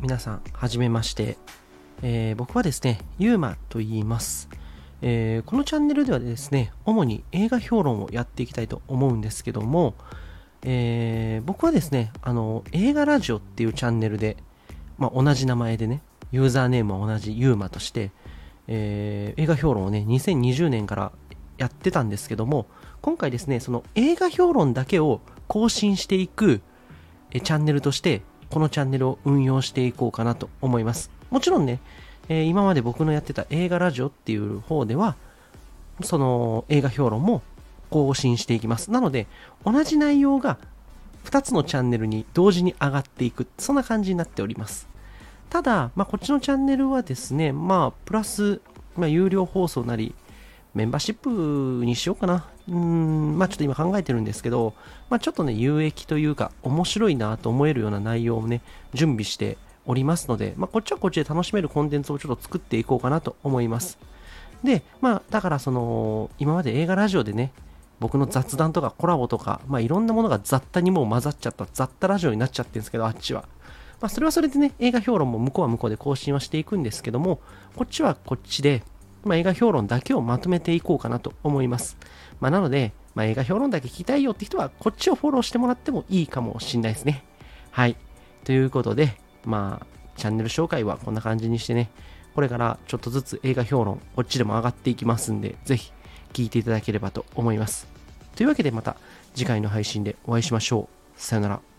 皆さんはじめまして、僕はですねゆうまと言います。このチャンネルではですね主に映画評論をやっていきたいと思うんですけども、僕はですね映画ラジオっていうチャンネルで、同じ名前でねユーザーネームは同じゆうまとして、映画評論をね2020年からやってたんですけども、今回ですねその映画評論だけを更新していくチャンネルとしてこのチャンネルを運用していこうかなと思います。もちろんね、今まで僕のやってた映画ラジオっていう方ではその映画評論も更新していきます。なので同じ内容が2つのチャンネルに同時に上がっていく、そんな感じになっております。ただ、こっちのチャンネルはですねプラス、有料放送なりメンバーシップにしようかな。ちょっと今考えてるんですけど、ちょっとね、有益というか、面白いなと思えるような内容をね、準備しておりますので、こっちはこっちで楽しめるコンテンツをちょっと作っていこうかなと思います。で、だから今まで映画ラジオでね、僕の雑談とかコラボとか、いろんなものが雑多にもう混ざっちゃった雑多ラジオになっちゃってるんですけど、あっちは。それはそれでね、映画評論も向こうは向こうで更新はしていくんですけども、こっちはこっちで、映画評論だけをまとめていこうかなと思います。なので、映画評論だけ聞きたいよって人は、こっちをフォローしてもらってもいいかもしれないですね。はい。ということで、チャンネル紹介はこんな感じにしてね、これからちょっとずつ映画評論、こっちでも上がっていきますんで、ぜひ聞いていただければと思います。というわけでまた次回の配信でお会いしましょう。さよなら。